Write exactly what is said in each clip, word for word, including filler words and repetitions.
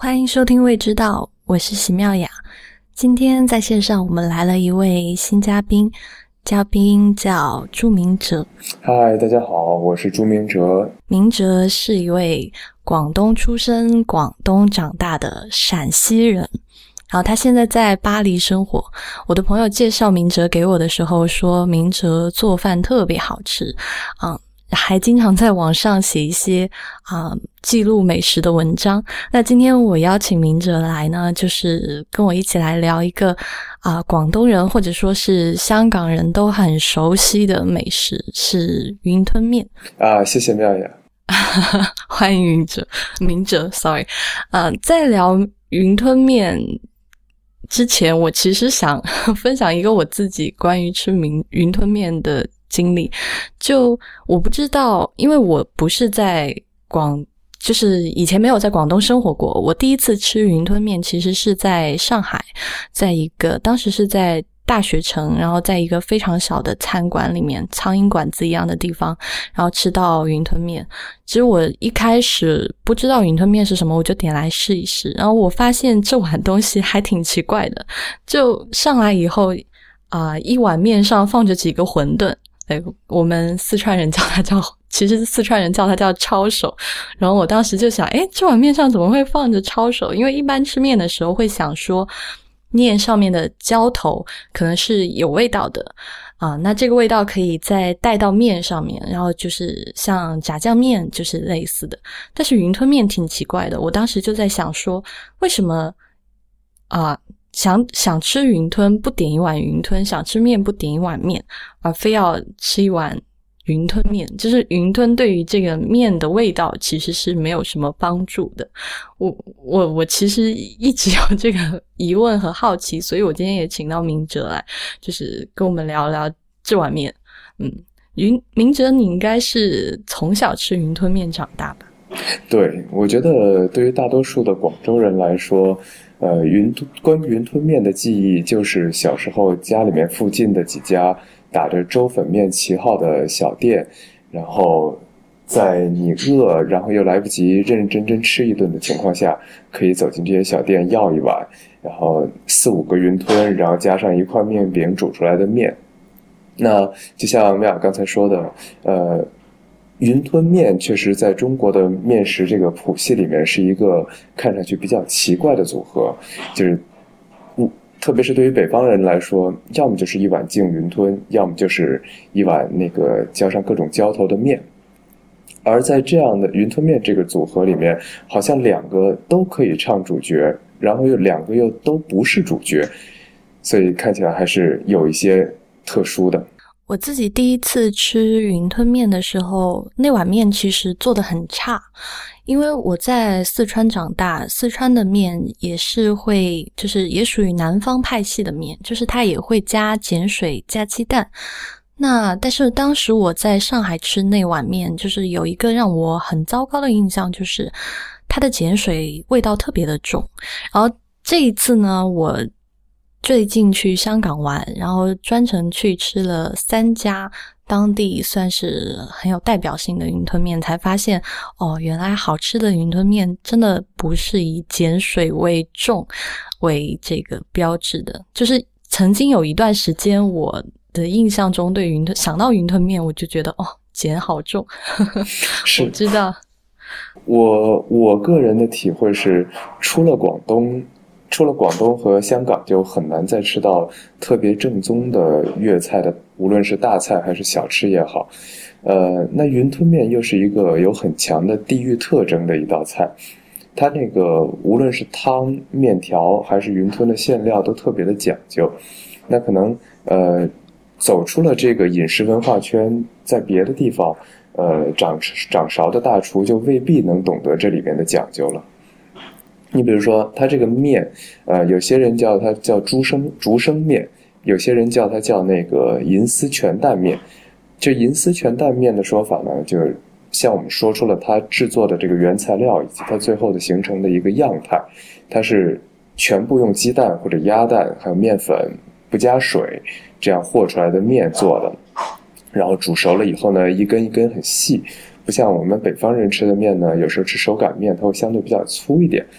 欢迎收听未知道，我是席妙雅。今天在线上我们来了一位新嘉宾，嘉宾叫朱明哲。 嗨，大家好，我是朱明哲。 明哲是一位广东出生、广东长大的陕西人，然后他现在在巴黎生活。我的朋友介绍明哲给我的时候说，明哲做饭特别好吃，嗯，还经常在网上写一些啊、嗯、记录美食的文章。那今天我邀请明哲来呢，就是跟我一起来聊一个啊、呃、广东人或者说是香港人都很熟悉的美食，是云吞面啊。谢谢妙雅。 欢迎明哲，明哲 ，sorry。呃，在聊云吞面之前，我其实想分享一个我自己关于吃云云吞面的经历。就我不知道，因为我不是在广，就是以前没有在广东生活过。我第一次吃云吞面其实是在上海，在一个当时是在大学城，然后在一个非常小的餐馆里面，苍蝇馆子一样的地方，然后吃到云吞面。其实我一开始不知道云吞面是什么，我就点来试一试，然后我发现这碗东西还挺奇怪的。就上来以后啊、呃，一碗面上放着几个馄饨，对，我们四川人叫它叫，其实四川人叫它叫抄手。然后我当时就想，诶，这碗面上怎么会放着抄手？因为一般吃面的时候会想说，面上面的浇头可能是有味道的啊，那这个味道可以再带到面上面，然后就是像炸酱面就是类似的。但是云吞面挺奇怪的，我当时就在想说，为什么啊想想吃云吞不点一碗云吞，想吃面不点一碗面，而非要吃一碗云吞面？就是云吞对于这个面的味道其实是没有什么帮助的。我我我其实一直有这个疑问和好奇，所以我今天也请到明哲来，就是跟我们聊聊这碗面。嗯，云明哲，你应该是从小吃云吞面长大吧？ 对，我觉得对于大多数的广州人来说，呃，云关于云吞面的记忆就是小时候家里面附近的几家打着粥粉面旗号的小店，然后在你饿然后又来不及认认真真吃一顿的情况下，可以走进这些小店要一碗，然后四五个云吞，然后加上一块面饼煮出来的面。那就像妙雅刚才说的，呃云吞面确实在中国的面食这个谱系里面是一个看上去比较奇怪的组合，就是嗯，特别是对于北方人来说，要么就是一碗净云吞，要么就是一碗那个浇上各种浇头的面。而在这样的云吞面这个组合里面，好像两个都可以唱主角，然后又两个又都不是主角，所以看起来还是有一些特殊的。 我自己第一次吃云吞面的时候，那碗面其实做得很差，因为我在四川长大，四川的面也是会，就是也属于南方派系的面，就是它也会加碱水加鸡蛋。那但是当时我在上海吃那碗面，就是有一个让我很糟糕的印象，就是它的碱水味道特别的重。然后这一次呢，我最近去香港玩，然后专程去吃了三家当地算是很有代表性的云吞面，才发现哦，原来好吃的云吞面真的不是以碱水味重为这个标志的。就是曾经有一段时间，我的印象中对云吞想到云吞面，我就觉得哦，碱好重。 是， 我知道。 我我个人的体会是，出了广东。除了广东和香港，就很难再吃到特别正宗的粤菜的，无论是大菜还是小吃也好。呃，那云吞面又是一个有很强的地域特征的一道菜，它那个无论是汤、面条还是云吞的馅料都特别的讲究。那可能呃走出了这个饮食文化圈，在别的地方，呃掌掌勺的大厨就未必能懂得这里面的讲究了。你比如说它这个面，呃，有些人叫它叫竹升竹升面，有些人叫它叫那个银丝全蛋面。这银丝全蛋面的说法呢，就是像我们说出了它制作的这个原材料以及它最后的形成的一个样态，它是全部用鸡蛋或者鸭蛋还有面粉不加水这样和出来的面做的，然后煮熟了以后呢，一根一根很细，不像我们北方人吃的面呢，有时候吃手擀面它会相对比较粗一点。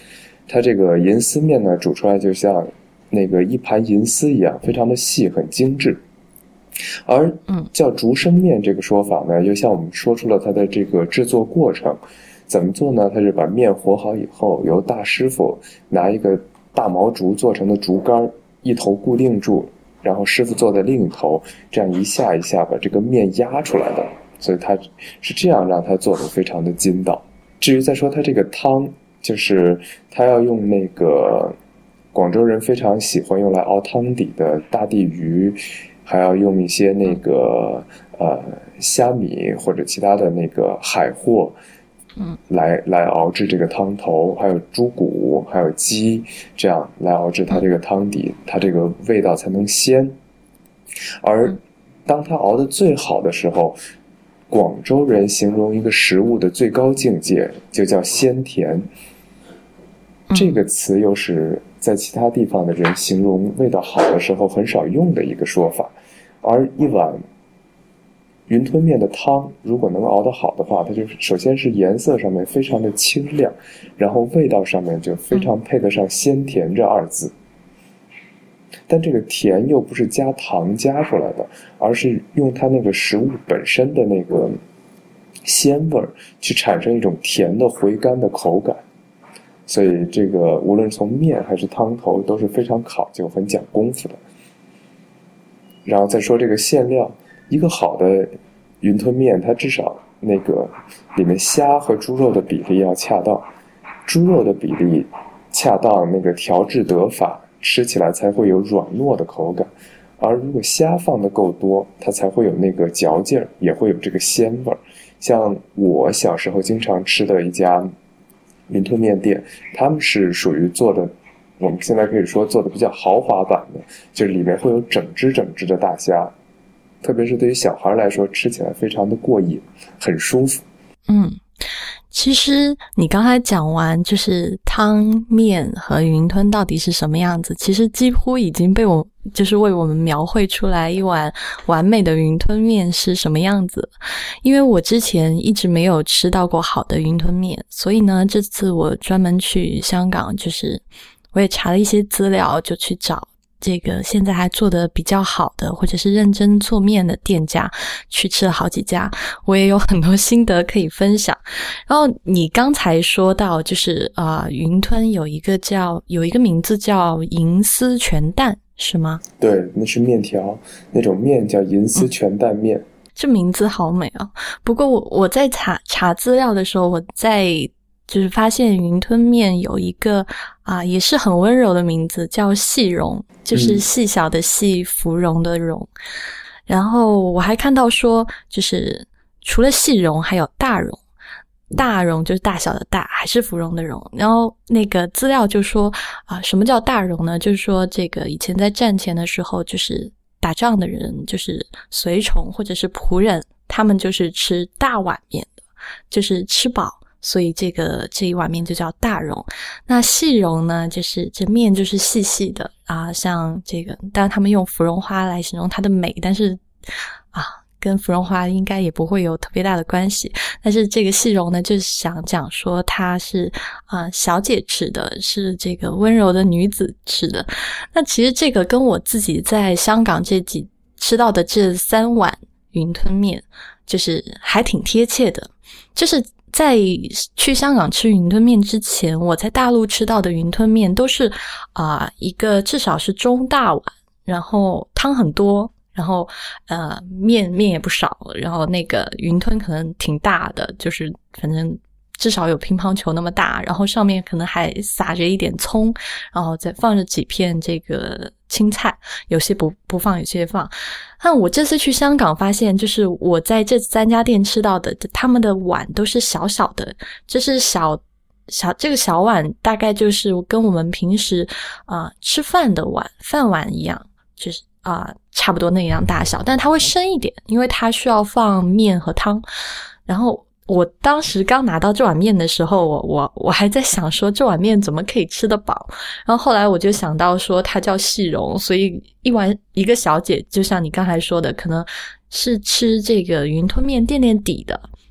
它这个银丝面呢煮出来就像那个一盘银丝一样，非常的细，很精致。而叫竹升面这个说法呢，又向我们说出了它的这个制作过程。怎么做呢？它是把面和好以后，由大师傅拿一个大毛竹做成的竹竿，一头固定住，然后师傅坐在另一头，这样一下一下把这个面压出来的。所以它是这样让它做的非常的筋道。至于再说它这个汤，就是它要用那个广州人非常喜欢用来熬汤底的大地鱼，还要用一些那个呃虾米或者其他的那个海货，嗯，来来熬制这个汤头，还有猪骨，还有鸡，这样来熬制它这个汤底，它这个味道才能鲜。而当它熬得最好的时候，广州人形容一个食物的最高境界就叫鲜甜。这个词又是在其他地方的人形容味道好的时候很少用的一个说法。而一碗云吞面的汤如果能熬得好的话，它就首先是颜色上面非常的清亮，然后味道上面就非常配得上鲜甜这二字。但这个甜又不是加糖加出来的，而是用它那个食物本身的那个鲜味去产生一种甜的回甘的口感。所以这个无论从面还是汤头都是非常考究很讲功夫的。然后再说这个馅料，一个好的云吞面它至少那个里面虾和猪肉的比例要恰当，猪肉的比例恰当，那个调制得法，吃起来才会有软糯的口感。而如果虾放的够多，它才会有那个嚼劲儿，也会有这个鲜味儿。像我小时候经常吃的一家云吞面店，他们是属于做的，我们现在可以说做的比较豪华版的，就是里面会有整只整只的大虾，特别是对于小孩来说，吃起来非常的过瘾，很舒服。 嗯，其实你刚才讲完就是汤面和云吞到底是什么样子，其实几乎已经被我就是为我们描绘出来一碗完美的云吞面是什么样子。因为我之前一直没有吃到过好的云吞面，所以呢这次我专门去香港，就是我也查了一些资料，就去找这个现在还做得比较好的或者是认真做面的店家，去吃了好几家，我也有很多心得可以分享。然后你刚才说到就是啊、呃，云吞有一个叫有一个名字叫银丝全蛋是吗？ 对，那是面条，那种面叫银丝全蛋面、嗯、 这名字好美啊！不过我我在查查资料的时候，我在就是发现云吞面有一个啊、呃，也是很温柔的名字，叫细蓉，就是细小的细，芙蓉的蓉。然后我还看到说，就是除了细蓉，还有大蓉。大蓉就是大小的大，还是芙蓉的蓉。然后那个资料就说啊、呃，什么叫大蓉呢？就是说这个以前在战前的时候，就是打仗的人，就是随从或者是仆人，他们就是吃大碗面的，就是吃饱。所以这个这一碗面就叫大蓉。那细蓉呢，就是这面就是细细的啊，像这个当然他们用芙蓉花来形容它的美，但是啊跟芙蓉花应该也不会有特别大的关系。但是这个细蓉呢，就是想讲说它是啊小姐吃的，是这个温柔的女子吃的。那其实这个跟我自己在香港这几吃到的这三碗云吞面就是还挺贴切的。就是在去香港吃云吞面之前，我在大陆吃到的云吞面都是啊、呃、一个至少是中大碗，然后汤很多，然后呃面面也不少，然后那个云吞可能挺大的，就是反正至少有乒乓球那么大，然后上面可能还撒着一点葱，然后再放着几片这个青菜，有些不不放，有些放。但我这次去香港发现，就是我在这三家店吃到的，他们的碗都是小小的，就是小小这个小碗大概就是跟我们平时啊、呃、吃饭的碗饭碗一样，就是啊、呃、差不多那样大小，但它会深一点，因为它需要放面和汤。然后我当时刚拿到这碗面的时候，我我我还在想说这碗面怎么可以吃得饱，然后后来我就想到说它叫细蓉，所以一碗一个小姐就像你刚才说的，可能是吃这个云吞面垫垫底的，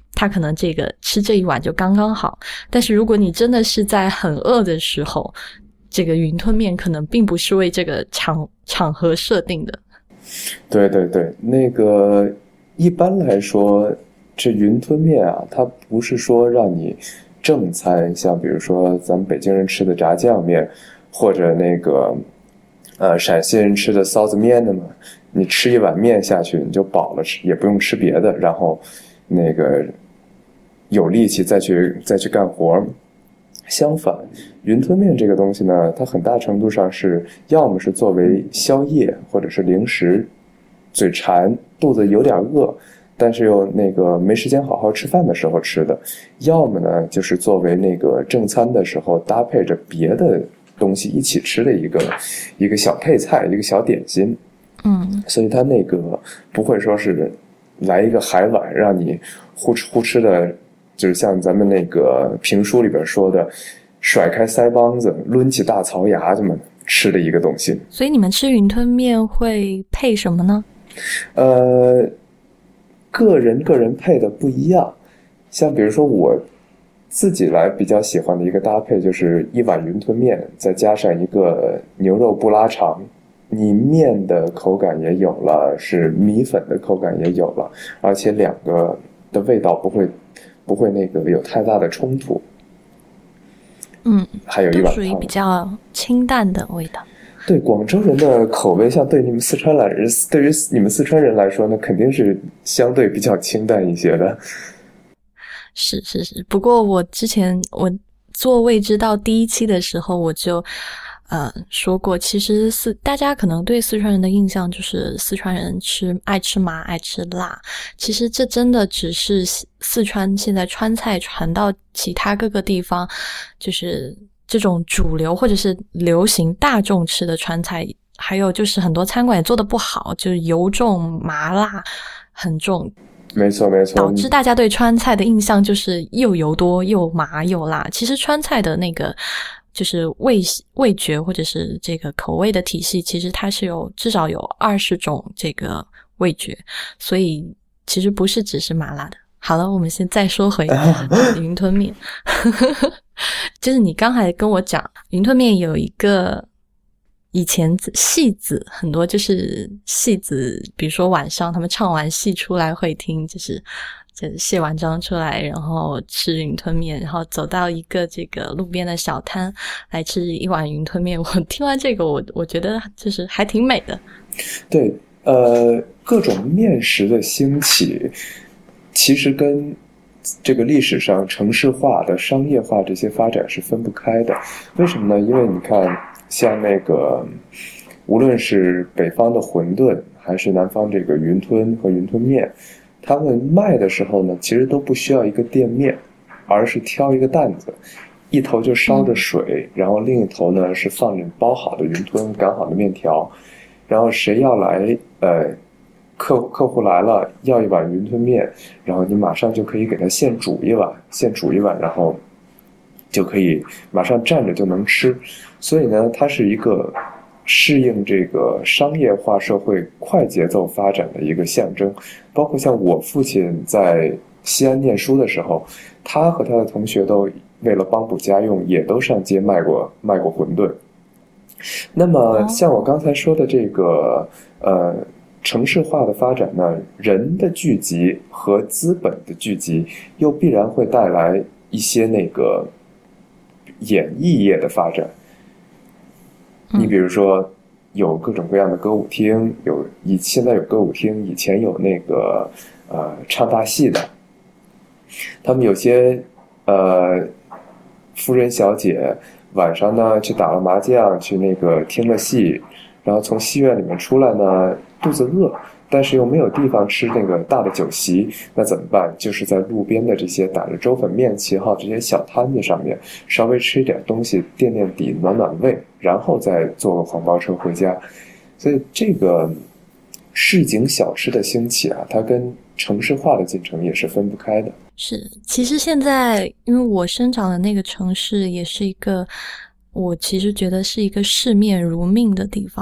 他可能这个吃这一碗就刚刚好。但是如果你真的是在很饿的时候，这个云吞面可能并不是为这个场场合设定的。 对对对，那个一般来说，这云吞面啊，它不是说让你正餐，像比如说咱们北京人吃的炸酱面，或者那个呃陕西人吃的臊子面的嘛，你吃一碗面下去你就饱了，也不用吃别的，然后那个有力气再去再去干活。相反，云吞面这个东西呢，它很大程度上是要么是作为宵夜或者是零食，嘴馋肚子有点饿，但是又那个没时间好好吃饭的时候吃的，要么呢就是作为那个正餐的时候搭配着别的东西一起吃的一个一个小配菜，一个小点心。 嗯， 所以它那个不会说是来一个海碗让你呼吃呼吃的，就是像咱们那个评书里边说的，甩开腮帮子，抡起大槽牙这么吃的一个东西。 所以你们吃云吞面会配什么呢？ 呃，个人个人配的不一样。像比如说我自己来比较喜欢的一个搭配，就是一碗云吞面，再加上一个牛肉布拉肠。你面的口感也有了，是米粉的口感也有了，而且两个的味道不会不会那个有太大的冲突。 嗯， 还有一碗汤， 属于比较清淡的味道。 对广州人的口味，像对你们四川来人，对于你们四川人来说呢，肯定是相对比较清淡一些的。 是是是，不过我之前我做未知道第一期的时候，我就呃说过，其实四大家可能对四川人的印象就是四川人吃爱吃麻爱吃辣，其实这真的只是四川现在川菜传到其他各个地方，就是这种主流或者是流行大众吃的川菜，还有就是很多餐馆也做得不好，就是油重麻辣很重。 没错没错， 导致大家对川菜的印象就是又油多又麻又辣。其实川菜的那个就是味味觉或者是这个口味的体系，其实它是有至少有二十种这个味觉，所以其实不是只是麻辣的。好了，我们先再说回云吞面。就是你刚才跟我讲云吞面有一个以前戏子很多，就是戏子比如说晚上他们唱完戏出来会听，就是就是卸完妆出来然后吃云吞面，然后走到一个这个路边的小摊来吃一碗云吞面。我听完这个我我觉得就是还挺美的。 对，呃各种面食的兴起其实跟这个历史上城市化的商业化这些发展是分不开的。为什么呢？因为你看像那个无论是北方的馄饨还是南方这个云吞和云吞面，他们卖的时候呢其实都不需要一个店面，而是挑一个担子，一头就烧着水，然后另一头呢是放着包好的云吞擀好的面条，然后谁要来呃客客户来了要一碗云吞面，然后你马上就可以给他现煮一碗现煮一碗，然后就可以马上站着就能吃。所以呢它是一个适应这个商业化社会快节奏发展的一个象征。包括像我父亲在西安念书的时候，他和他的同学都为了帮补家用也都上街卖过卖过馄饨。那么像我刚才说的这个呃城市化的发展呢，人的聚集和资本的聚集又必然会带来一些那个演艺业的发展。你比如说有各种各样的歌舞厅，有以现在有歌舞厅，以前有那个呃唱大戏的，他们有些呃夫人小姐晚上呢去打了麻将，去那个听了戏，然后从戏院里面出来呢肚子饿，但是又没有地方吃那个大的酒席，那怎么办？就是在路边的这些打着粥粉面旗号这些小摊子上面稍微吃一点东西垫垫底暖暖胃，然后再坐个黄包车回家。所以这个市井小吃的兴起啊，它跟城市化的进程也是分不开的。 是，其实现在因为我生长的那个城市也是一个我其实觉得是一个市面如命的地方，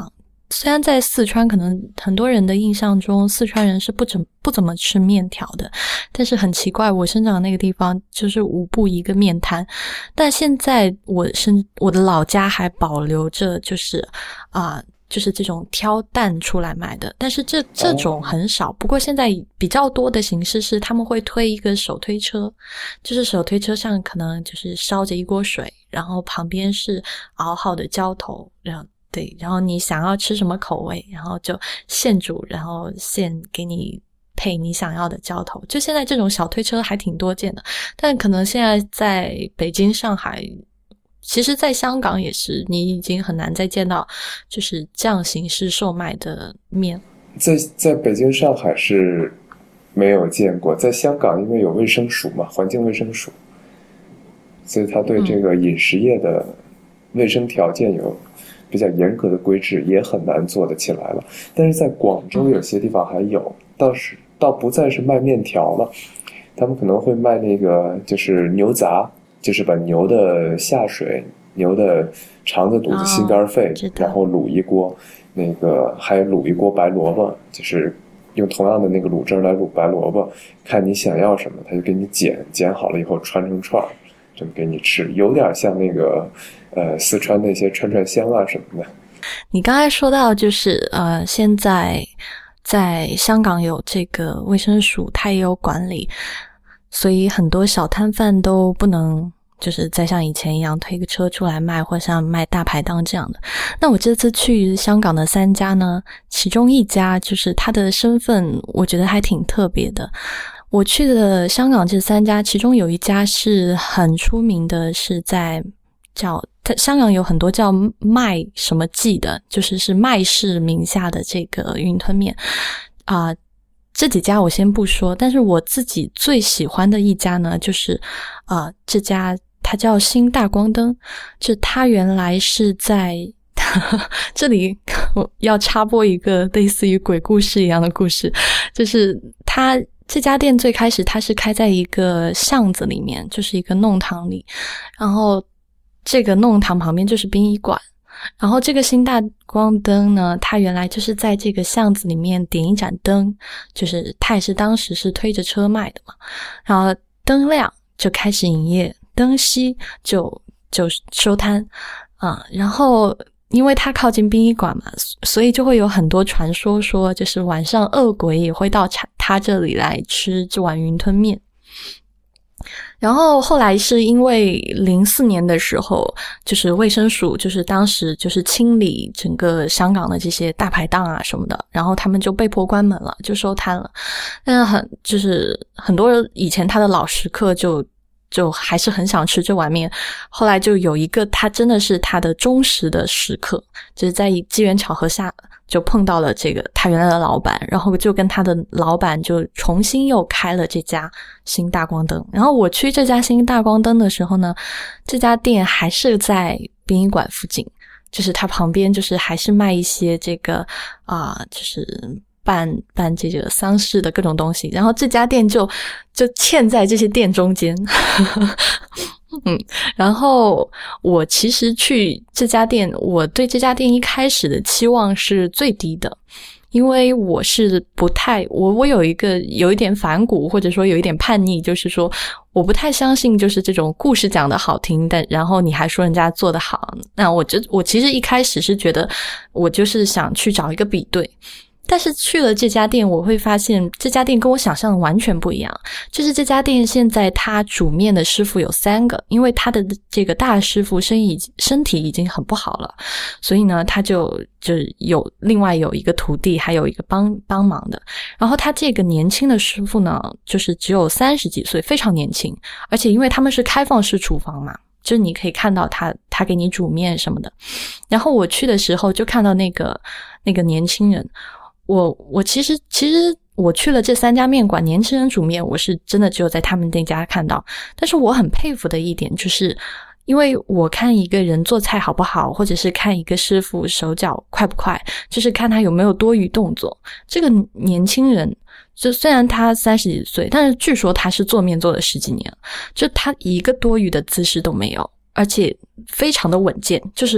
虽然在四川可能很多人的印象中四川人是不怎不怎么吃面条的，但是很奇怪，我生长的那个地方就是五步一个面摊，但现在我生我的老家还保留着就是啊、呃就是这种挑担出来卖的，但是这这种很少。不过现在比较多的形式是他们会推一个手推车，就是手推车上可能就是烧着一锅水，然后旁边是熬好的浇头，然后对，然后你想要吃什么口味，然后就现煮，然后现给你配你想要的浇头。就现在这种小推车还挺多见的，但可能现在在北京、上海，其实在香港也是，你已经很难再见到就是这样形式售卖的面。 在在北京、上海是没有见过，在香港因为有卫生署嘛，环境卫生署，所以他对这个饮食业的卫生条件有比较严格的规制，也很难做得起来了。但是在广州有些地方还有，倒是倒不再是卖面条了，他们可能会卖那个就是牛杂，就是把牛的下水、牛的肠子、肚子、心肝肺， 哦， 然后卤一锅，那个还卤一锅白萝卜，就是用同样的那个卤汁来卤白萝卜，看你想要什么，他就给你剪，剪好了以后穿成串，这么给你吃，有点像那个呃四川那些串串香啊什么的。 你刚才说到就是呃，现在在香港有这个卫生署，它也有管理。所以很多小摊贩都不能就是再像以前一样推个车出来卖，或像卖大排档这样的。那我这次去香港的三家呢，其中一家就是他的身份我觉得还挺特别的。我去的香港这三家，其中有一家是很出名的，是在叫它香港有很多叫麦什么记的，就是是麦氏名下的这个云吞面啊、呃这几家我先不说，但是我自己最喜欢的一家呢，就是啊、呃，这家它叫新大光灯，就它原来是在这里我要插播一个类似于鬼故事一样的故事，就是它这家店最开始它是开在一个巷子里面，就是一个弄堂里，然后这个弄堂旁边就是殡仪馆。然后这个新大光灯呢，它原来就是在这个巷子里面点一盏灯，就是它也是当时是推着车卖的嘛。然后灯亮就开始营业，灯熄就就收摊啊、嗯。然后因为它靠近殡仪馆嘛，所以就会有很多传说说，就是晚上恶鬼也会到它这里来吃这碗云吞面。然后后来是因为零四年的时候，就是卫生署就是当时就是清理整个香港的这些大排档啊什么的，然后他们就被迫关门了，就收摊了。但是很就是很多人以前他的老食客就就还是很想吃这碗面，后来就有一个他真的是他的忠实的食客，就是在机缘巧合下就碰到了这个他原来的老板，然后就跟他的老板就重新又开了这家新大光灯。然后我去这家新大光灯的时候呢，这家店还是在殡仪馆附近，就是它旁边就是还是卖一些这个啊、呃，就是办办这个丧事的各种东西，然后这家店就就嵌在这些店中间。嗯，然后我其实去这家店，我对这家店一开始的期望是最低的，因为我是不太我我有一个有一点反骨，或者说有一点叛逆，就是说我不太相信就是这种故事讲得好听，但然后你还说人家做得好，那我就我其实一开始是觉得我就是想去找一个比对。但是去了这家店，我会发现这家店跟我想象的完全不一样。就是这家店现在他煮面的师傅有三个，因为他的这个大师傅生意身体已经很不好了，所以呢，他就就有另外有一个徒弟，还有一个帮帮忙的。然后他这个年轻的师傅呢，就是只有三十几岁，非常年轻，而且因为他们是开放式厨房嘛。就是你可以看到他他给你煮面什么的。然后我去的时候就看到那个那个年轻人。我我其实其实我去了这三家面馆，年轻人煮面我是真的只有在他们那家看到。但是我很佩服的一点就是，因为我看一个人做菜好不好，或者是看一个师傅手脚快不快，就是看他有没有多余动作。这个年轻人就虽然他三十几岁，但是据说他是做面做了十几年，就他一个多余的姿势都没有，而且非常的稳健，就是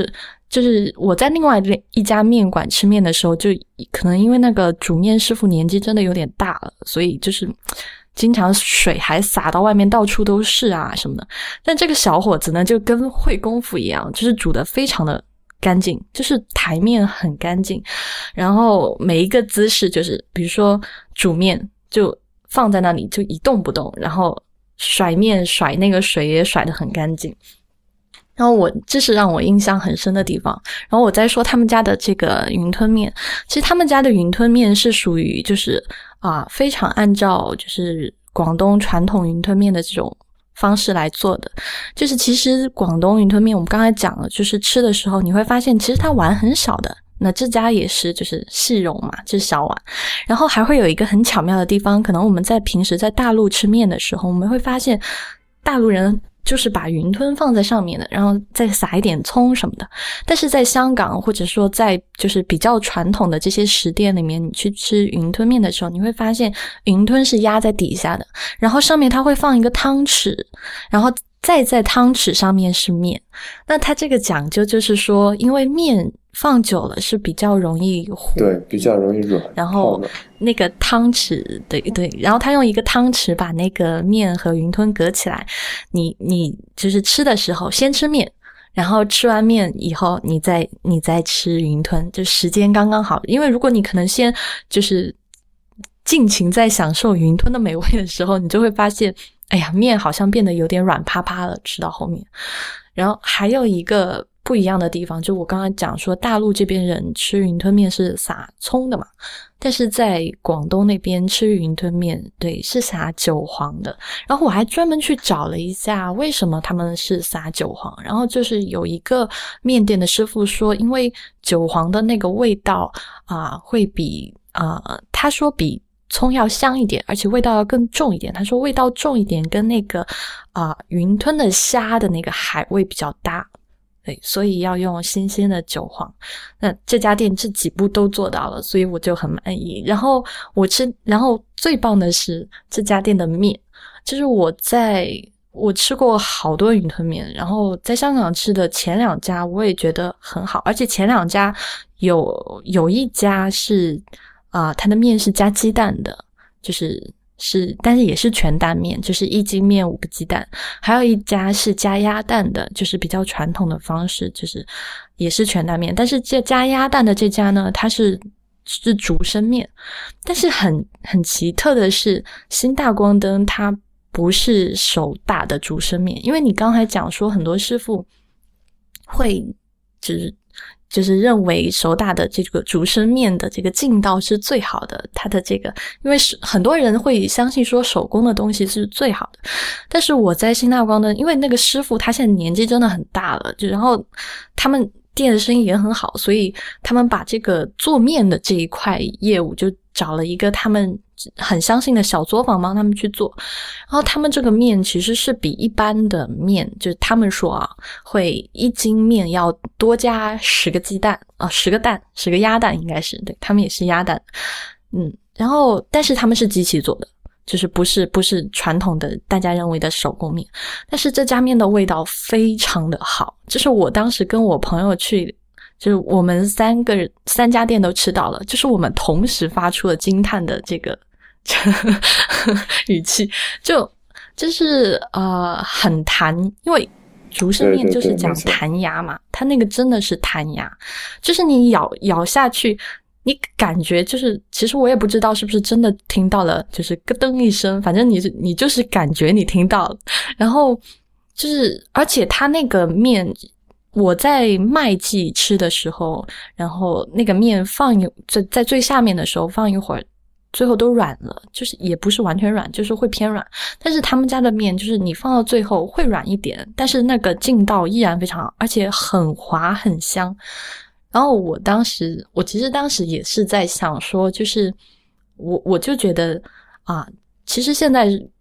就是我在另外一家面馆吃面的时候，就可能因为那个煮面师傅年纪真的有点大了，所以就是经常水还洒到外面到处都是啊什么的。但这个小伙子呢，就跟会功夫一样，就是煮得非常的干净，就是台面很干净，然后每一个姿势就是比如说煮面就放在那里就一动不动，然后甩面甩那个水也甩得很干净。然后我这是让我印象很深的地方。然后我再说他们家的这个云吞面，其实他们家的云吞面是属于就是啊非常按照就是广东传统云吞面的这种方式来做的。就是其实广东云吞面我们刚才讲了，就是吃的时候你会发现其实它碗很小的，那这家也是就是细蓉嘛，就是小碗。然后还会有一个很巧妙的地方，可能我们在平时在大陆吃面的时候，我们会发现大陆人就是把云吞放在上面的，然后再撒一点葱什么的。但是在香港或者说在就是比较传统的这些食店里面，你去吃云吞面的时候，你会发现云吞是压在底下的，然后上面它会放一个汤匙，然后再在汤匙上面是面。那它这个讲究就是说，因为面放久了是比较容易糊， 对，比较容易软， 然后那个汤匙，对对，然后他用一个汤匙把那个面和云吞隔起来。你你就是吃的时候先吃面，然后吃完面以后你再你再吃云吞，就时间刚刚好。因为如果你可能先就是尽情在享受云吞的美味的时候，你就会发现哎呀面好像变得有点软趴趴了，吃到后面。然后还有一个不一样的地方，就我刚才讲说大陆这边人吃云吞面是撒葱的嘛，但是在广东那边吃云吞面，对，是撒韭黄的。然后我还专门去找了一下为什么他们是撒韭黄，然后就是有一个面店的师傅说，因为韭黄的那个味道啊、呃，会比啊、呃，他说比葱要香一点，而且味道要更重一点。他说味道重一点跟那个啊、呃、云吞的虾的那个海味比较搭，对，所以要用新鲜的韭黄。那这家店这几步都做到了，所以我就很满意。然后我吃，然后最棒的是这家店的面，就是我在我吃过好多云吞面，然后在香港吃的前两家我也觉得很好，而且前两家有有一家是啊、呃，它的面是加鸡蛋的，就是是，但是也是全蛋面，就是一斤面五个鸡蛋。还有一家是加鸭蛋的，就是比较传统的方式，就是也是全蛋面。但是这加鸭蛋的这家呢，它是是竹升面。但是很很奇特的是，新大光灯它不是手打的竹升面，因为你刚才讲说很多师傅会就是就是认为手打的这个竹升面的这个劲道是最好的，它的这个因为是很多人会相信说手工的东西是最好的。但是我在新大光灯，因为那个师傅他现在年纪真的很大了，就然后他们店的生意也很好，所以他们把这个做面的这一块业务就找了一个他们很相信的小作坊帮他们去做。然后他们这个面其实是比一般的面，就是他们说啊，会一斤面要多加十个鸡蛋啊，十个蛋，十个鸭蛋应该是，对，他们也是鸭蛋。嗯，然后但是他们是机器做的，就是不是不是传统的大家认为的手工面。但是这家面的味道非常的好，就是我当时跟我朋友去，就是我们三个三家店都吃到了，就是我们同时发出了惊叹的这个语气，就就是呃很弹，因为竹升面就是讲弹牙嘛，它那个真的是弹牙，就是你咬咬下去，你感觉就是其实我也不知道是不是真的听到了，就是咯噔一声，反正你你就是感觉你听到了。然后就是而且它那个面我在麦记吃的时候，然后那个面放一在在最下面的时候放一会儿，最后都软了，就是也不是完全软，就是会偏软。但是他们家的面就是你放到最后会软一点，但是那个劲道依然非常好，而且很滑很香。然后我当时我其实当时也是在想说，就是我我就觉得啊，其实现在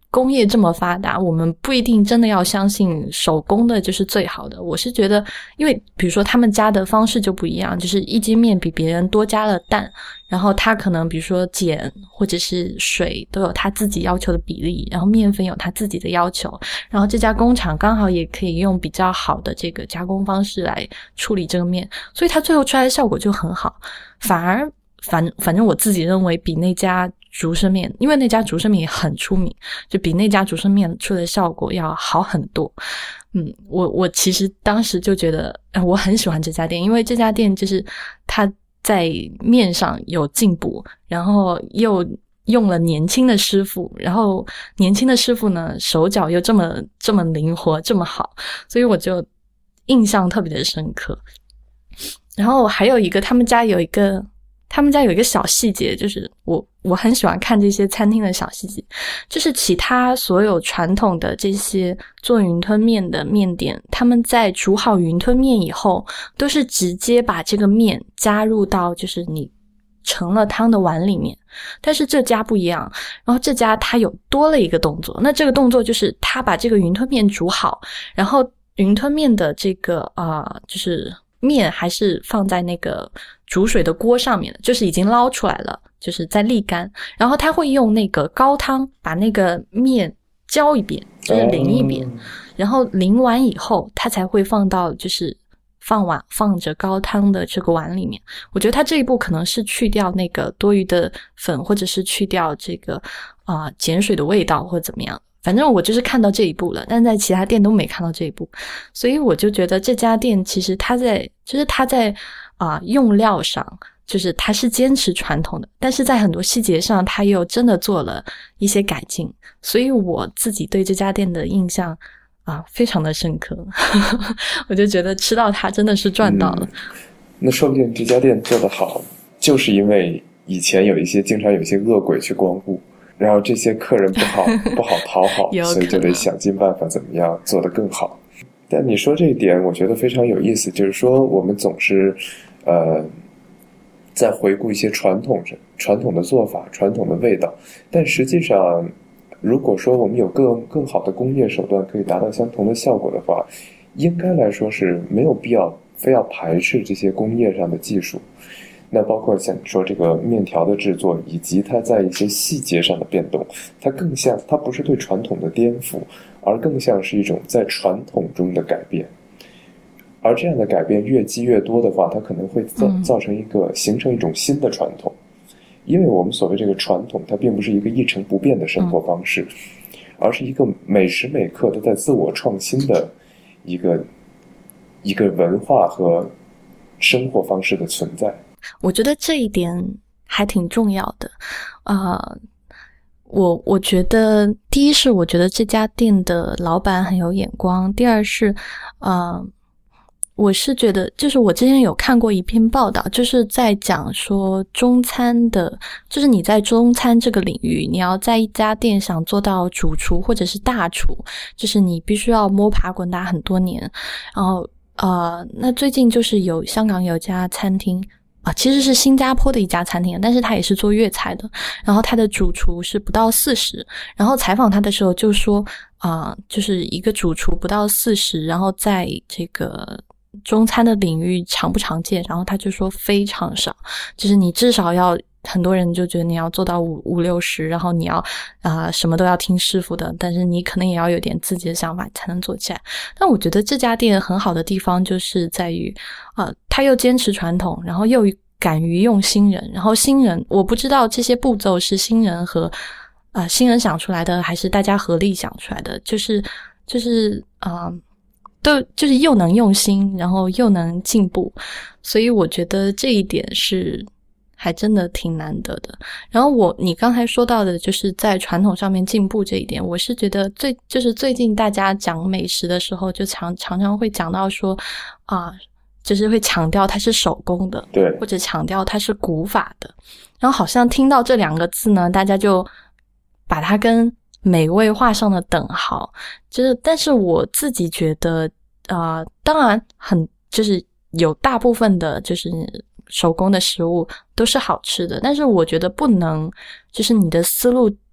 工业这么发达，我们不一定真的要相信手工的就是最好的。我是觉得，因为比如说他们加的方式就不一样，就是一斤面比别人多加了蛋，然后他可能比如说碱或者是水都有他自己要求的比例，然后面粉有他自己的要求，然后这家工厂刚好也可以用比较好的这个加工方式来处理这个面，所以它最后出来的效果就很好。反而反反正我自己认为比那家竹升面，因为那家竹升面也很出名，就比那家竹升面出的效果要好很多。嗯，我我其实当时就觉得、呃、我很喜欢这家店，因为这家店就是它在面上有进步，然后又用了年轻的师傅，然后年轻的师傅呢手脚又这么这么灵活这么好，所以我就印象特别的深刻。然后还有一个他们家有一个他们家有一个小细节，就是我我很喜欢看这些餐厅的小细节，就是其他所有传统的这些做云吞面的面店，他们在煮好云吞面以后，都是直接把这个面加入到就是你盛了汤的碗里面，但是这家不一样，然后这家它有多了一个动作，那这个动作就是他把这个云吞面煮好，然后云吞面的这个啊、呃、就是面还是放在那个煮水的锅上面的，就是已经捞出来了，就是在沥干，然后他会用那个高汤把那个面浇一遍，就是淋一遍、嗯、然后淋完以后他才会放到就是放碗放着高汤的这个碗里面。我觉得他这一步可能是去掉那个多余的粉，或者是去掉这个啊、呃、碱水的味道或者怎么样，反正我就是看到这一步了，但在其他店都没看到这一步，所以我就觉得这家店其实它在就是它在啊、呃、用料上就是它是坚持传统的，但是在很多细节上它又真的做了一些改进，所以我自己对这家店的印象啊非常的深刻我就觉得吃到它真的是赚到了、嗯、 那说不定这家店做得好就是因为以前有一些经常有一些恶鬼去光顾，然后这些客人不好不好讨好所以就得想尽办法怎么样做得更好。但你说这一点我觉得非常有意思，就是说我们总是呃在回顾一些传统传统的做法传统的味道，但实际上如果说我们有更更好的工业手段可以达到相同的效果的话，应该来说是没有必要非要排斥这些工业上的技术。那包括像说这个面条的制作，以及它在一些细节上的变动，它更像它不是对传统的颠覆，而更像是一种在传统中的改变。而这样的改变越积越多的话，它可能会造造成一个形成一种新的传统。因为我们所谓这个传统，它并不是一个一成不变的生活方式，而是一个每时每刻都在自我创新的一个一个文化和生活方式的存在。 我觉得这一点还挺重要的。呃，我我觉得第一是我觉得这家店的老板很有眼光，第二是呃我是觉得就是我之前有看过一篇报道，就是在讲说中餐的，就是你在中餐这个领域，你要在一家店想做到主厨或者是大厨，就是你必须要摸爬滚打很多年。然后呃那最近就是有香港有家餐厅啊，其实是新加坡的一家餐厅，但是他也是做粤菜的，然后他的主厨是不到四十，然后采访他的时候就说啊、呃，就是一个主厨不到四十，然后在这个中餐的领域常不常见，然后他就说非常少，就是你至少要很多人就觉得你要做到五五六十，然后你要啊、呃、什么都要听师傅的，但是你可能也要有点自己的想法才能做起来。但我觉得这家店很好的地方就是在于啊、呃，他又坚持传统，然后又敢于用新人，然后新人我不知道这些步骤是新人和啊、呃、新人想出来的还是大家合力想出来的，就是就是啊。呃都就是又能用心，然后又能进步，所以我觉得这一点是还真的挺难得的。然后我你刚才说到的就是在传统上面进步这一点，我是觉得最就是最近大家讲美食的时候就常常常会讲到说啊，就是会强调它是手工的， 对， 或者强调它是古法的，然后好像听到这两个字呢，大家就把它跟美味画上了等号。就是但是我自己觉得呃当然很就是有大部分的就是手工的食物都是好吃的，但是我觉得不能就是你的思路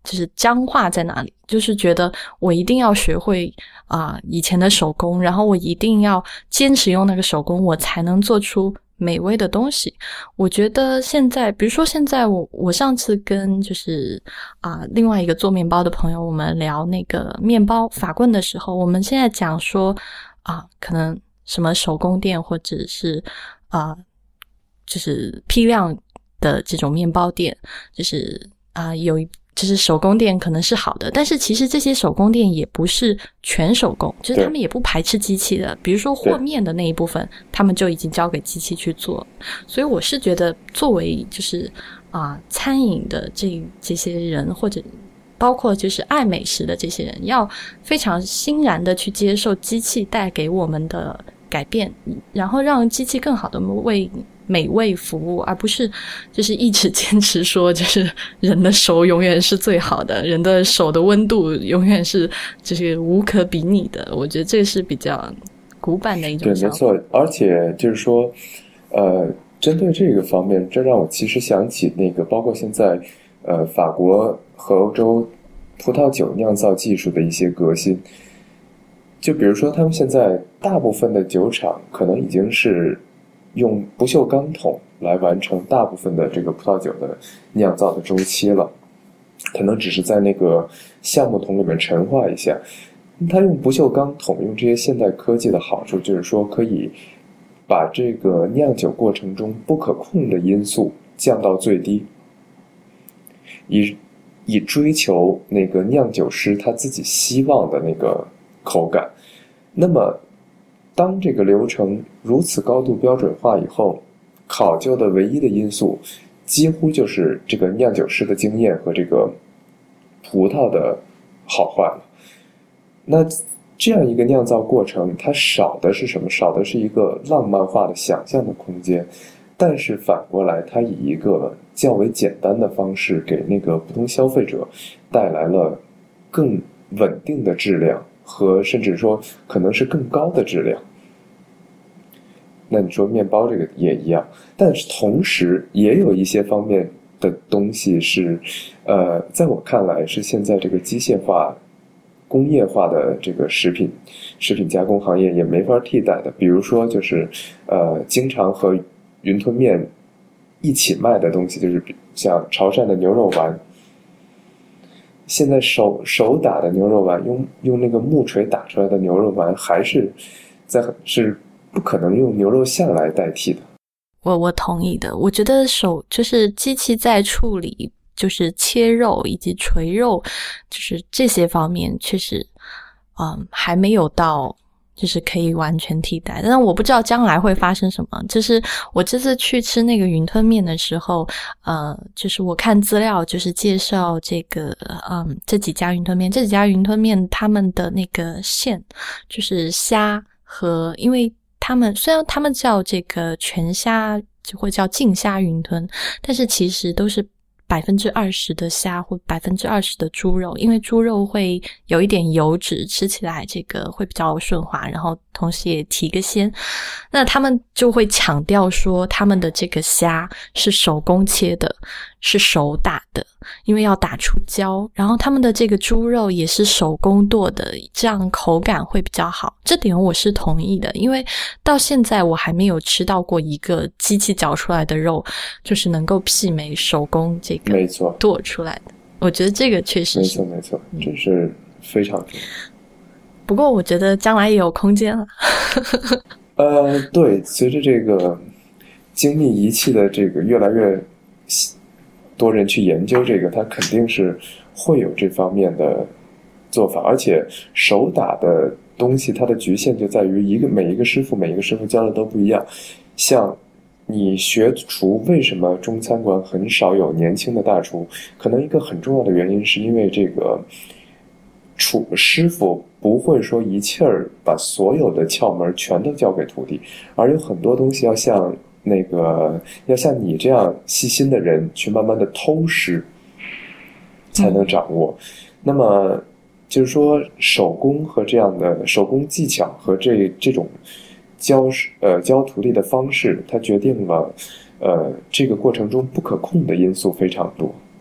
就是僵化在那里，就是觉得我一定要学会啊、呃、以前的手工，然后我一定要坚持用那个手工，我才能做出美味的东西。我觉得现在比如说现在我我上次跟就是啊、呃、另外一个做面包的朋友，我们聊那个面包法棍的时候，我们现在讲说啊、呃、可能什么手工店或者是啊、呃、就是批量的这种面包店，就是啊、呃、有一就是手工店可能是好的，但是其实这些手工店也不是全手工，就是他们也不排斥机器的，比如说和面的那一部分他们就已经交给机器去做。所以我是觉得作为就是啊、呃、餐饮的这这些人，或者包括就是爱美食的这些人，要非常欣然的去接受机器带给我们的改变，然后让机器更好的为美味服务，而不是就是一直坚持说就是人的手永远是最好的，人的手的温度永远是就是无可比拟的。我觉得这是比较古板的一种想法。 对，没错。而且就是说呃，针对这个方面，这让我其实想起那个包括现在呃法国和欧洲葡萄酒酿造技术的一些革新。就比如说他们现在大部分的酒厂可能已经是用不锈钢桶来完成大部分的这个葡萄酒的酿造的周期了，可能只是在那个橡木桶里面陈化一下。他用不锈钢桶，用这些现代科技的好处就是说可以把这个酿酒过程中不可控的因素降到最低，以以追求那个酿酒师他自己希望的那个口感。那么当这个流程如此高度标准化以后，考究的唯一的因素几乎就是这个酿酒师的经验和这个葡萄的好坏了。那这样一个酿造过程，它少的是什么？少的是一个浪漫化的想象的空间。但是反过来，它以一个较为简单的方式给那个普通消费者带来了更稳定的质量，和甚至说可能是更高的质量。那你说面包这个也一样，但是同时也有一些方面的东西是呃，在我看来是现在这个机械化工业化的这个食品食品加工行业也没法替代的。比如说就是呃，经常和云吞面一起卖的东西，就是像潮汕的牛肉丸。现在手手打的牛肉丸，用用那个木锤打出来的牛肉丸，还是在是不可能用牛肉馅来代替的。 我我同意的。我觉得手就是机器在处理就是切肉以及锤肉，就是这些方面确实嗯还没有到就是可以完全替代。但是我不知道将来会发生什么。就是我这次去吃那个云吞面的时候，呃，就是我看资料，就是介绍这个，嗯，这几家云吞面，这几家云吞面他们的那个馅，就是虾和，因为他们虽然他们叫这个全虾，就会叫净虾云吞，但是其实都是百分之二十的虾或百分之二十的猪肉，因为猪肉会有一点油脂，吃起来这个会比较顺滑，然后同时也提个鲜。那他们就会强调说他们的这个虾是手工切的，是手打的，因为要打出胶，然后他们的这个猪肉也是手工剁的，这样口感会比较好。这点我是同意的，因为到现在我还没有吃到过一个机器绞出来的肉就是能够媲美手工这个没错剁出来的。我觉得这个确实是没错没错，这是非常重要。 不过我觉得将来也有空间了。 呃，对，随着这个精密仪器的这个越来越多人去研究这个，它肯定是会有这方面的做法。而且手打的东西它的局限就在于一个每一个师傅每一个师傅教的都不一样。像你学厨，为什么中餐馆很少有年轻的大厨？可能一个很重要的原因是因为这个厨师傅不会说一气儿把所有的窍门全都交给徒弟，而有很多东西要像那个要像你这样细心的人去慢慢的偷师才能掌握。嗯、那么就是说手工和这样的手工技巧和这这种教呃教徒弟的方式，它决定了呃这个过程中不可控的因素非常多。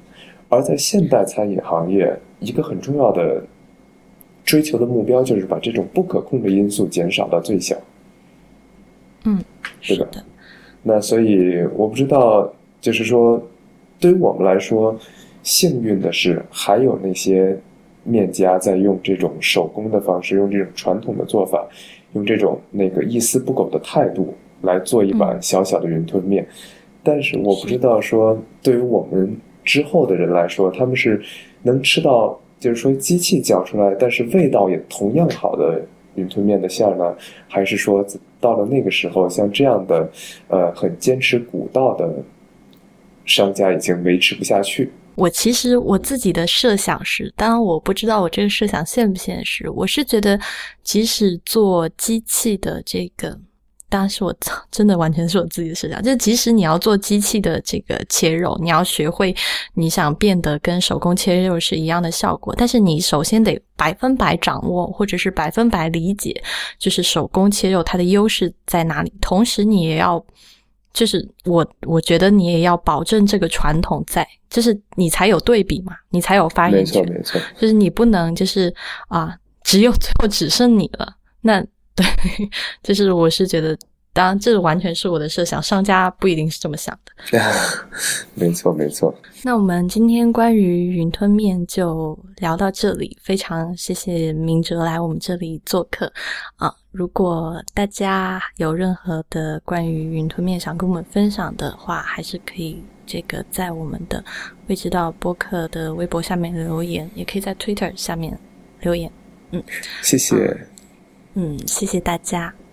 而在现代餐饮行业，一个很重要的追求的目标就是把这种不可控的因素减少到最小。 嗯， 对吧？那所以我不知道，就是说，对于我们来说，幸运的是还有那些面家在用这种手工的方式，用这种传统的做法，用这种那个一丝不苟的态度来做一碗小小的云吞面。嗯、但是我不知道说，对于我们之后的人来说，他们是能吃到，就是说机器搅出来，但是味道也同样好的云吞面的馅呢，还是说到了那个时候，像这样的呃很坚持古道的商家已经维持不下去？ 我其实我自己的设想是，当然我不知道我这个设想现不现实，我是觉得即使做机器的这个，当然是我真的完全是我自己的设想，就即使你要做机器的这个切肉，你要学会你想变得跟手工切肉是一样的效果，但是你首先得百分百掌握或者是百分百理解就是手工切肉它的优势在哪里，同时你也要就是我我觉得你也要保证这个传统在，就是你才有对比嘛，你才有发言权。 没错没错， 就是你不能就是啊，只有最后只剩你了。那对，就是我是觉得，当然这完全是我的设想，商家不一定是这么想的。 没错没错。 那我们今天关于云吞面就聊到这里，非常谢谢明哲来我们这里做客啊！如果大家有任何的关于云吞面想跟我们分享的话，还是可以这个在我们的未知道播客的微博下面留言，也可以在 Twitter 下面留言。嗯， 谢谢。 嗯，谢谢大家。